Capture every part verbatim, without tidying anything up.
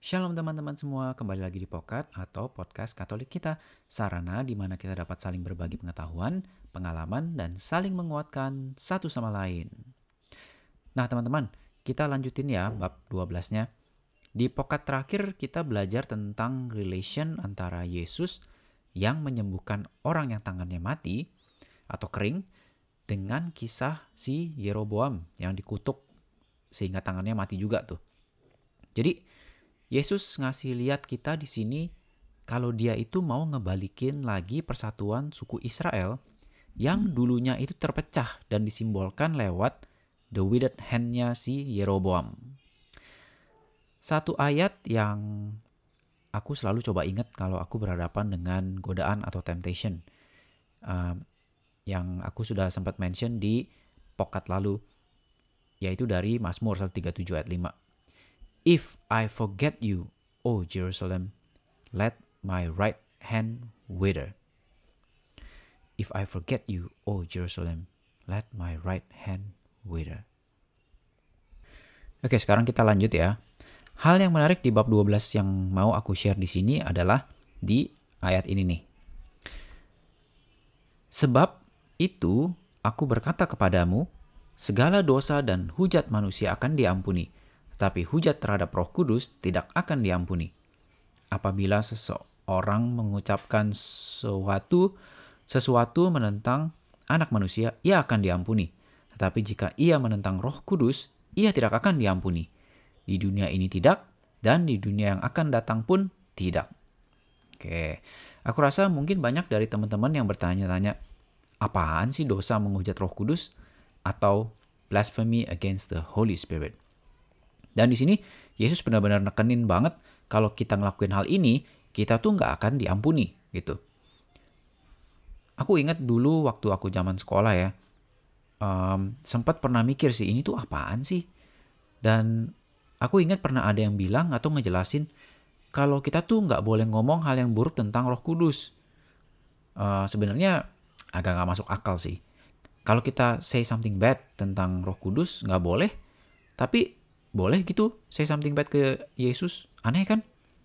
Shalom teman-teman semua, kembali lagi di Pokat atau Podcast Katolik kita, sarana di mana kita dapat saling berbagi pengetahuan, pengalaman, dan saling menguatkan satu sama lain. Nah teman-teman, kita lanjutin ya bab dua belas-nya. Di Pokat terakhir kita belajar tentang relation antara Yesus yang menyembuhkan orang yang tangannya mati atau kering dengan kisah si Yeroboam yang dikutuk sehingga tangannya mati juga tuh. Jadi Yesus ngasih lihat kita di sini kalau dia itu mau ngebalikin lagi persatuan suku Israel yang dulunya itu terpecah dan disimbolkan lewat the withered hand-nya si Yeroboam. Satu ayat yang aku selalu coba ingat kalau aku berhadapan dengan godaan atau temptation. Uh, yang aku sudah sempat mention di pokat lalu, yaitu dari Mazmur seratus tiga puluh tujuh ayat lima. If I forget you, O Jerusalem, let my right hand wither. If I forget you, O Jerusalem, let my right hand wither. Oke, sekarang kita lanjut ya. Hal yang menarik di bab dua belas yang mau aku share di sini adalah di ayat ini nih. Sebab itu aku berkata kepadamu, segala dosa dan hujat manusia akan diampuni, tapi hujat terhadap Roh Kudus tidak akan diampuni. Apabila seseorang mengucapkan sesuatu, sesuatu menentang anak manusia, ia akan diampuni. Tetapi jika ia menentang Roh Kudus, ia tidak akan diampuni. Di dunia ini tidak, dan di dunia yang akan datang pun tidak. Oke, aku rasa mungkin banyak dari teman-teman yang bertanya-tanya, apaan sih dosa menghujat Roh Kudus? Atau blasphemy against the Holy Spirit? Dan di sini Yesus benar-benar nekenin banget kalau kita ngelakuin hal ini, kita tuh nggak akan diampuni gitu. Aku ingat dulu waktu aku zaman sekolah ya, um, sempat pernah mikir sih ini tuh apaan sih? Dan aku ingat pernah ada yang bilang atau ngejelasin kalau kita tuh nggak boleh ngomong hal yang buruk tentang Roh Kudus. Uh, sebenarnya agak nggak masuk akal sih. Kalau kita say something bad tentang Roh Kudus nggak boleh, tapi boleh gitu say something bad ke Yesus, aneh kan?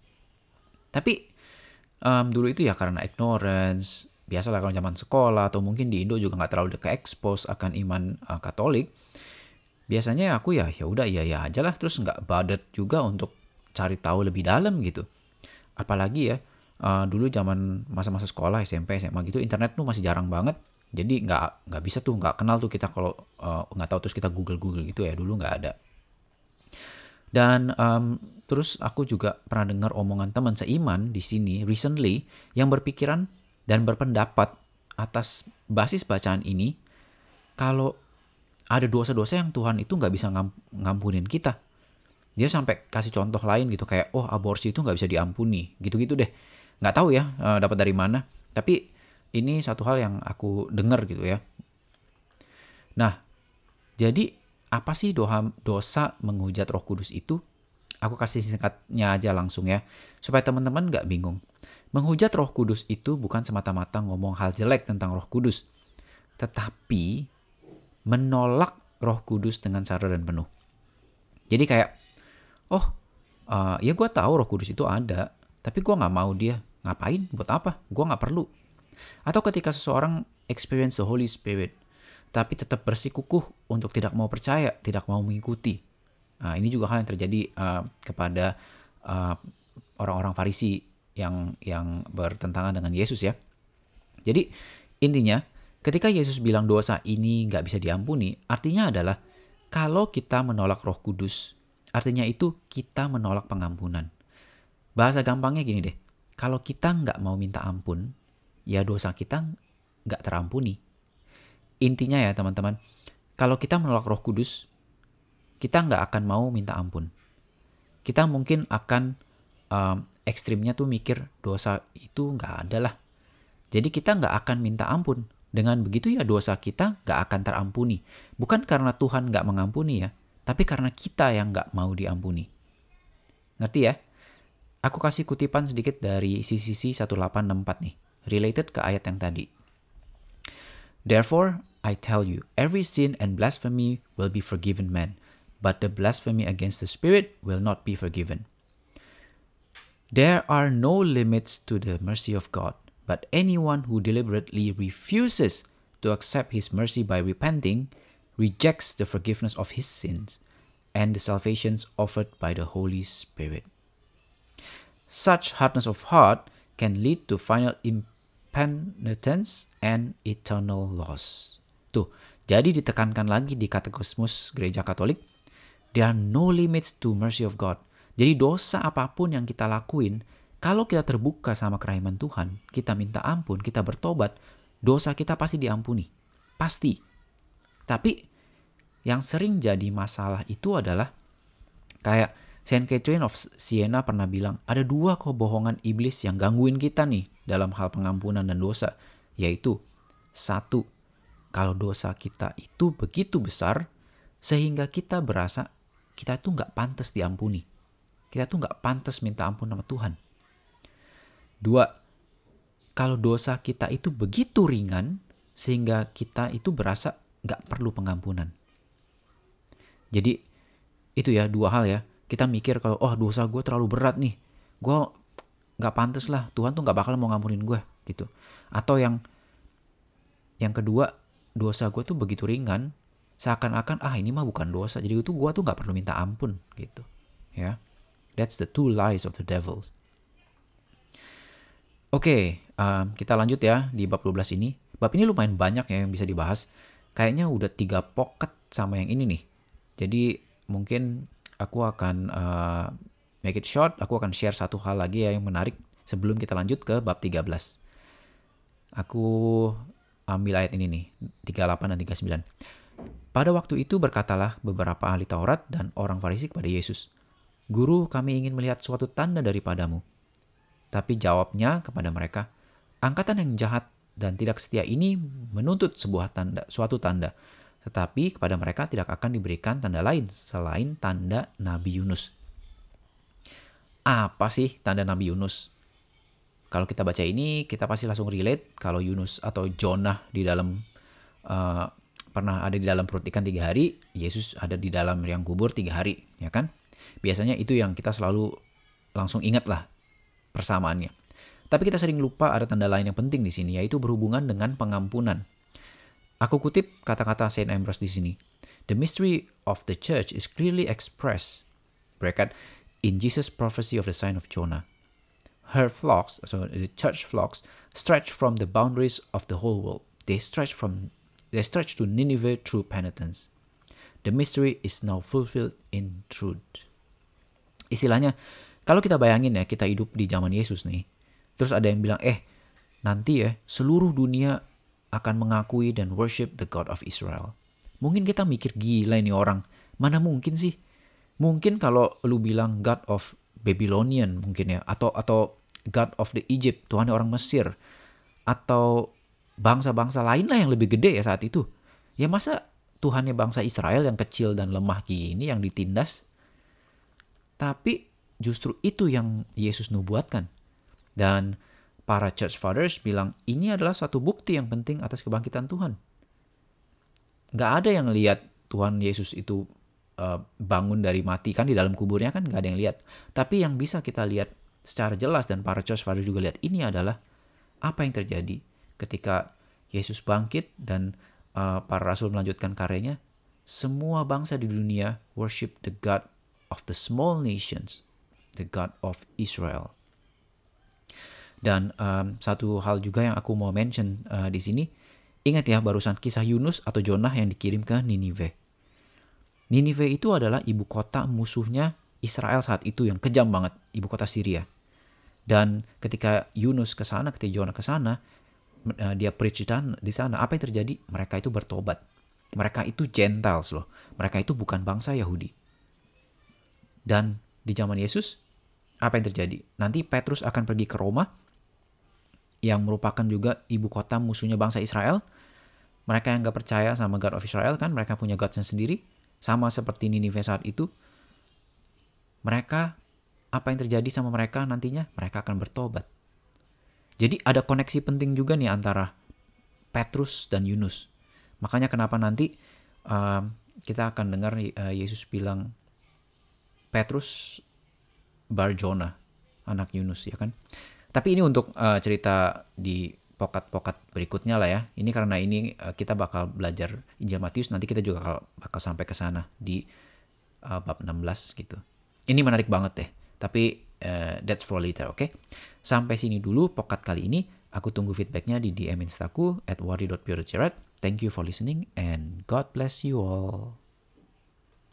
Tapi um, dulu itu ya karena ignorance, biasalah kalau zaman sekolah atau mungkin di Indo juga nggak terlalu ke-expose akan iman uh, Katolik. Biasanya aku ya ya udah iya ya aja lah, terus nggak bothered juga untuk cari tahu lebih dalam gitu. Apalagi ya uh, dulu zaman masa-masa sekolah S M P S M A gitu, internet tuh masih jarang banget. Jadi nggak nggak bisa tuh nggak kenal tuh kita kalau uh, nggak tahu terus kita google google gitu ya, dulu nggak ada. Dan um, terus aku juga pernah dengar omongan teman seiman di sini recently yang berpikiran dan berpendapat atas basis bacaan ini kalau ada dosa-dosa yang Tuhan itu nggak bisa ngam- ngampunin kita. Dia sampai kasih contoh lain gitu kayak oh aborsi itu nggak bisa diampuni gitu-gitu deh. Nggak tahu ya uh, dapat dari mana. Tapi ini satu hal yang aku dengar gitu ya. Nah, jadi apa sih doha, dosa menghujat Roh Kudus itu? Aku kasih singkatnya aja langsung ya, supaya teman-teman gak bingung. Menghujat Roh Kudus itu bukan semata-mata ngomong hal jelek tentang Roh Kudus, tetapi menolak Roh Kudus dengan sadar dan penuh. Jadi kayak, oh uh, ya gue tahu Roh Kudus itu ada, tapi gue gak mau dia. Ngapain? Buat apa? Gue gak perlu. Atau ketika seseorang experience the Holy Spirit, tapi tetap bersikukuh untuk tidak mau percaya, tidak mau mengikuti. Nah, ini juga hal yang terjadi uh, kepada uh, orang-orang Farisi yang yang bertentangan dengan Yesus ya. Jadi intinya, ketika Yesus bilang dosa ini nggak bisa diampuni, artinya adalah kalau kita menolak Roh Kudus, artinya itu kita menolak pengampunan. Bahasa gampangnya gini deh, kalau kita nggak mau minta ampun, ya dosa kita nggak terampuni. Intinya ya teman-teman, kalau kita menolak Roh Kudus, kita nggak akan mau minta ampun. Kita mungkin akan um, ekstrimnya tuh mikir dosa itu nggak ada lah. Jadi kita nggak akan minta ampun. Dengan begitu ya dosa kita nggak akan terampuni. Bukan karena Tuhan nggak mengampuni ya, tapi karena kita yang nggak mau diampuni. Ngerti ya? Aku kasih kutipan sedikit dari C C C seratus delapan puluh empat nih, related ke ayat yang tadi. Therefore, I tell you, every sin and blasphemy will be forgiven man, but the blasphemy against the Spirit will not be forgiven. There are no limits to the mercy of God, but anyone who deliberately refuses to accept His mercy by repenting rejects the forgiveness of his sins and the salvations offered by the Holy Spirit. Such hardness of heart can lead to final impenitence and eternal loss. Tuh, jadi ditekankan lagi di Katekismus Gereja Katolik, there are no limits to mercy of God. Jadi dosa apapun yang kita lakuin, kalau kita terbuka sama kerahiman Tuhan, kita minta ampun, kita bertobat, dosa kita pasti diampuni. Pasti. Tapi yang sering jadi masalah itu adalah kayak Saint Catherine of Siena pernah bilang, ada dua kebohongan iblis yang gangguin kita nih dalam hal pengampunan dan dosa. Yaitu, satu, kalau dosa kita itu begitu besar sehingga kita berasa kita tuh gak pantas diampuni. Kita tuh gak pantas minta ampun sama Tuhan. Dua, kalau dosa kita itu begitu ringan sehingga kita itu berasa gak perlu pengampunan. Jadi itu ya dua hal ya. Kita mikir kalau oh dosa gue terlalu berat nih. Gue gak pantas lah. Tuhan tuh gak bakal mau ngampunin gue gitu. Atau yang yang kedua, dosa gue tuh begitu ringan. Seakan-akan ah ini mah bukan dosa. Jadi itu gue tuh gak perlu minta ampun gitu. Ya. That's the two lies of the devil. Oke, okay, um, kita lanjut ya di bab dua belas ini. Bab ini lumayan banyak ya yang bisa dibahas. Kayaknya udah tiga pocket sama yang ini nih. Jadi mungkin aku akan uh, make it short. Aku akan share satu hal lagi ya yang menarik sebelum kita lanjut ke bab tiga belas. Aku ambil ayat ini nih, tiga puluh delapan dan tiga puluh sembilan. Pada waktu itu berkatalah beberapa ahli Taurat dan orang Farisi kepada Yesus, Guru, kami ingin melihat suatu tanda daripadamu. Tapi jawabnya kepada mereka, angkatan yang jahat dan tidak setia ini menuntut sebuah tanda, suatu tanda. Tetapi kepada mereka tidak akan diberikan tanda lain selain tanda Nabi Yunus. Apa sih tanda Nabi Yunus? Kalau kita baca ini, kita pasti langsung relate kalau Yunus atau Jonah di dalam uh, pernah ada di dalam perut ikan tiga hari, Yesus ada di dalam liang kubur tiga hari, ya kan? Biasanya itu yang kita selalu langsung ingat lah persamaannya. Tapi kita sering lupa ada tanda lain yang penting di sini, yaitu berhubungan dengan pengampunan. Aku kutip kata-kata Saint Ambrose di sini. The mystery of the church is clearly expressed, bracket, in Jesus' prophecy of the sign of Jonah. Her flocks, so the church flocks, stretch from the boundaries of the whole world. They stretch from, they stretch to Nineveh through penitence. The mystery is now fulfilled in truth. Istilahnya, kalau kita bayangin ya, kita hidup di zaman Yesus nih. Terus ada yang bilang, eh nanti ya seluruh dunia akan mengakui dan worship the God of Israel. Mungkin kita mikir gila ini orang. Mana mungkin sih? Mungkin kalau lu bilang God of Babylonian mungkin ya. Atau atau God of the Egypt, Tuhan orang Mesir. Atau bangsa-bangsa lain lah yang lebih gede ya saat itu. Ya masa Tuhannya bangsa Israel yang kecil dan lemah gini yang ditindas? Tapi justru itu yang Yesus nubuatkan. Dan para church fathers bilang ini adalah satu bukti yang penting atas kebangkitan Tuhan. Gak ada yang lihat Tuhan Yesus itu uh, bangun dari mati kan di dalam kuburnya kan gak ada yang lihat. Tapi yang bisa kita lihat secara jelas dan para church fathers juga lihat ini adalah apa yang terjadi ketika Yesus bangkit dan uh, para rasul melanjutkan karyanya. Semua bangsa di dunia worship the God of the small nations, the God of Israel. Dan um, satu hal juga yang aku mau mention uh, di sini, ingat ya barusan kisah Yunus atau Jonah yang dikirim ke Ninive. Ninive itu adalah ibu kota musuhnya Israel saat itu yang kejam banget, ibu kota Syria. Dan ketika Yunus ke sana, ketika Jonah ke sana, uh, dia preach di sana, apa yang terjadi? Mereka itu bertobat. Mereka itu Gentiles loh. Mereka itu bukan bangsa Yahudi. Dan di zaman Yesus, apa yang terjadi? Nanti Petrus akan pergi ke Roma, yang merupakan juga ibu kota musuhnya bangsa Israel. Mereka yang gak percaya sama God of Israel kan, mereka punya Godnya sendiri. Sama seperti Ninive saat itu. Mereka, apa yang terjadi sama mereka nantinya? Mereka akan bertobat. Jadi ada koneksi penting juga nih antara Petrus dan Yunus. Makanya kenapa nanti uh, kita akan dengar uh, Yesus bilang, Petrus bar Jonah. anak Yunus ya kan. Tapi ini untuk uh, cerita di pokat-pokat berikutnya lah ya. Ini karena ini uh, kita bakal belajar Injil Matius, nanti kita juga bakal, bakal sampai ke sana di uh, bab enam belas gitu. Ini menarik banget deh. Tapi uh, that's for later, oke? Okay? Sampai sini dulu pokat kali ini. Aku tunggu feedbacknya di D M Instaku at wari dot pure dot cerat. Thank you for listening and God bless you all.